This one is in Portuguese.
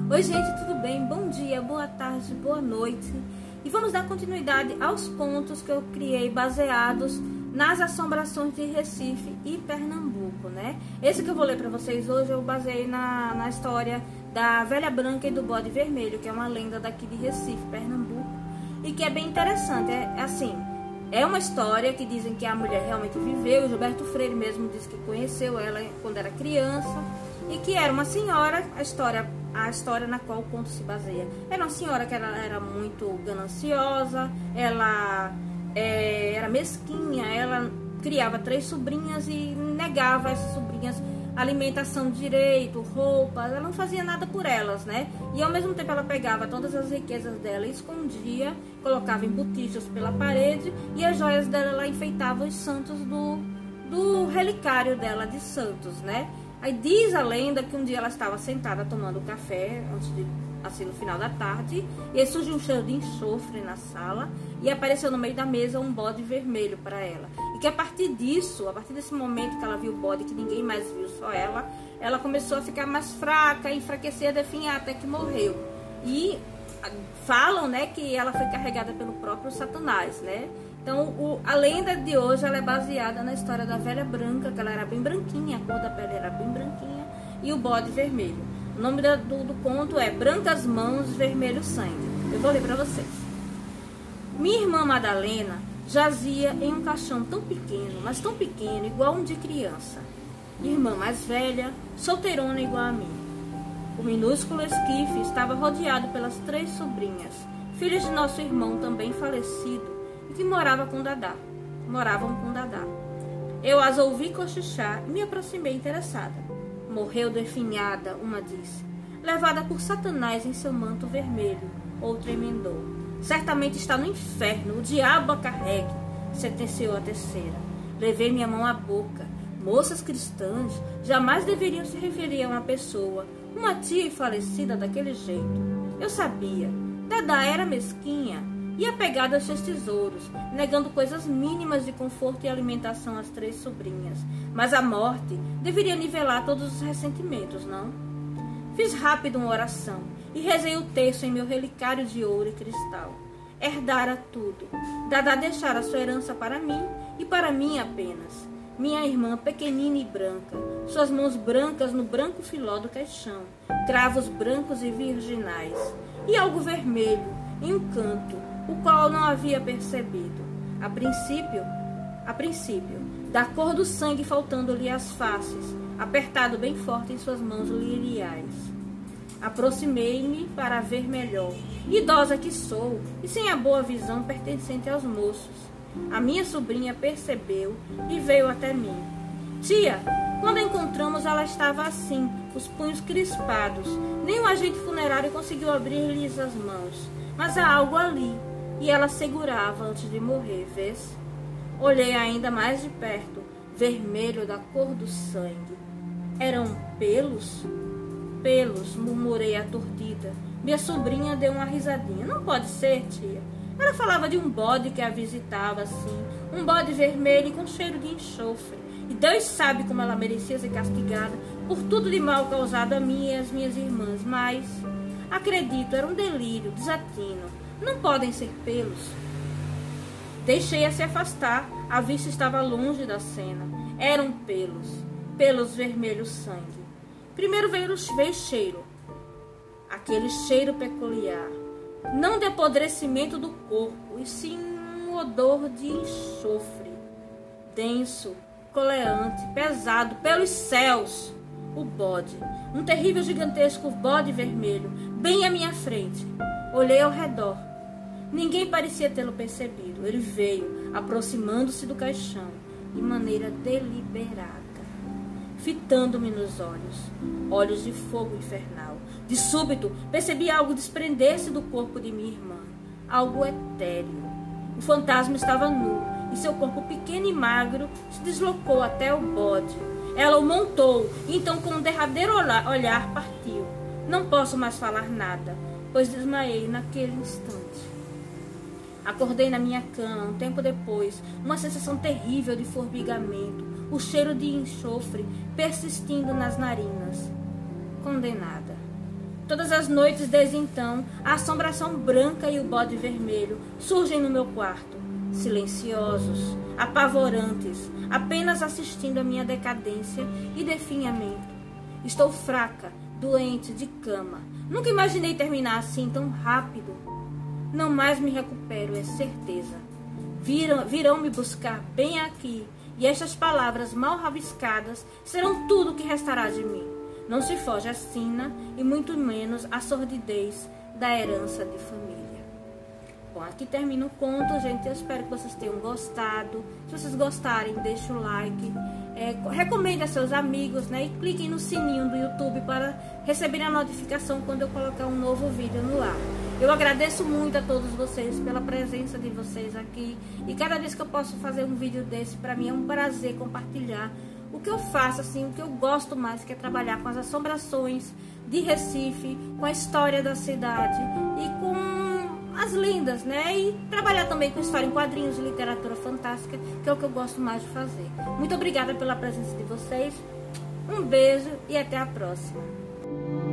Oi gente, tudo bem? Bom dia, boa tarde, boa noite. E vamos dar continuidade aos contos que eu criei baseados nas assombrações de Recife e Pernambuco, né? Esse que eu vou ler para vocês hoje eu baseei na história da Velha Branca e do Bode Vermelho, que é uma lenda daqui de Recife, Pernambuco, e que é bem interessante. É uma história que dizem que a mulher realmente viveu. O Gilberto Freire mesmo disse que conheceu ela quando era criança e que era uma senhora. A história na qual o conto se baseia era uma senhora que ela era muito gananciosa, ela era mesquinha, ela criava 3 sobrinhas e negava essas sobrinhas alimentação de direito, roupas, ela não fazia nada por elas, né? E ao mesmo tempo ela pegava todas as riquezas dela e escondia, colocava em botijos pela parede, e as joias dela ela enfeitava os santos do relicário dela de santos, né? Aí diz a lenda que um dia ela estava sentada tomando café, assim no final da tarde, e aí surgiu um cheiro de enxofre na sala e apareceu no meio da mesa um bode vermelho para ela. E que a partir desse momento que ela viu o bode, que ninguém mais viu, só ela começou a ficar mais fraca, enfraquecer, definhar, até que morreu. E falam, né, que ela foi carregada pelo próprio Satanás, né? Então, a lenda de hoje ela é baseada na história da Velha Branca, que ela era bem branquinha, a cor da pele era bem branquinha, e o bode vermelho. O nome do conto é Brancas Mãos, Vermelho Sangue. Eu vou ler para vocês. Minha irmã Madalena jazia em um caixão tão pequeno, mas tão pequeno, igual um de criança. Irmã mais velha, solteirona igual a mim. O minúsculo esquife estava rodeado pelas 3 sobrinhas, filhas de nosso irmão também falecido, e que moravam com Dadá. Eu as ouvi cochichar e me aproximei interessada. Morreu definhada, uma disse, levada por Satanás em seu manto vermelho. Outra emendou, certamente está no inferno, o diabo a carregue, sentenciou a terceira. Levei minha mão à boca. Moças cristãs jamais deveriam se referir a uma pessoa, uma tia falecida daquele jeito. Eu sabia, Dadá era mesquinha e apegada aos seus tesouros, negando coisas mínimas de conforto e alimentação às 3 sobrinhas. Mas a morte deveria nivelar todos os ressentimentos, não? Fiz rápido uma oração e rezei o terço em meu relicário de ouro e cristal. Herdara tudo. Dadá deixara sua herança para mim e para mim apenas. Minha irmã pequenina e branca, suas mãos brancas no branco filó do caixão, cravos brancos e virginais, e algo vermelho em um canto, o qual não havia percebido. A princípio, da cor do sangue faltando-lhe as faces, apertado bem forte em suas mãos liriais. Aproximei-me para ver melhor, idosa que sou, e sem a boa visão pertencente aos moços. A minha sobrinha percebeu e veio até mim. Tia, quando a encontramos ela estava assim, os punhos crispados. Nem o agente funerário conseguiu abrir-lhes as mãos. Mas há algo ali, e ela segurava antes de morrer, vês? Olhei ainda mais de perto, vermelho da cor do sangue. Eram pelos? Pelos, murmurei aturdida. Minha sobrinha deu uma risadinha. Não pode ser, tia. Ela falava de um bode que a visitava assim, um bode vermelho com cheiro de enxofre. E Deus sabe como ela merecia ser castigada por tudo de mal causado a mim e às minhas irmãs. Mas, acredito, era um delírio, desatino. Não podem ser pelos. Deixei-a se afastar. A vista estava longe da cena. Eram pelos vermelhos sangue. Primeiro veio o cheiro. Aquele cheiro peculiar. Não de apodrecimento do corpo, e sim um odor de enxofre. Denso, coleante, pesado, pelos céus. O bode, um terrível gigantesco bode vermelho, bem à minha frente. Olhei ao redor. Ninguém parecia tê-lo percebido. Ele veio, aproximando-se do caixão, de maneira deliberada, fitando-me nos olhos de fogo infernal. De súbito, percebi algo desprender-se do corpo de minha irmã, algo etéreo. O fantasma estava nu, e seu corpo pequeno e magro se deslocou até o bode. Ela o montou, e então com um derradeiro olhar partiu. Não posso mais falar nada, pois desmaiei naquele instante. Acordei na minha cama, um tempo depois, uma sensação terrível de formigamento, o cheiro de enxofre persistindo nas narinas. Condenada. Todas as noites desde então, a assombração branca e o bode vermelho surgem no meu quarto, silenciosos, apavorantes, apenas assistindo a minha decadência e definhamento. Estou fraca, doente, de cama. Nunca imaginei terminar assim tão rápido. Não mais me recupero, é certeza. Virão me buscar bem aqui, e estas palavras mal rabiscadas serão tudo que restará de mim. Não se foge a sina e muito menos a sordidez da herança de família. Bom, aqui termina o conto, gente. Eu espero que vocês tenham gostado. Se vocês gostarem, deixe o like. Recomende a seus amigos, né? E cliquem no sininho do YouTube para receberem a notificação quando eu colocar um novo vídeo no ar. Eu agradeço muito a todos vocês pela presença de vocês aqui. E cada vez que eu posso fazer um vídeo desse, para mim é um prazer compartilhar o que eu faço, assim, o que eu gosto mais, que é trabalhar com as assombrações de Recife, com a história da cidade e com as lendas, né? E trabalhar também com história em quadrinhos e literatura fantástica, que é o que eu gosto mais de fazer. Muito obrigada pela presença de vocês. Um beijo e até a próxima.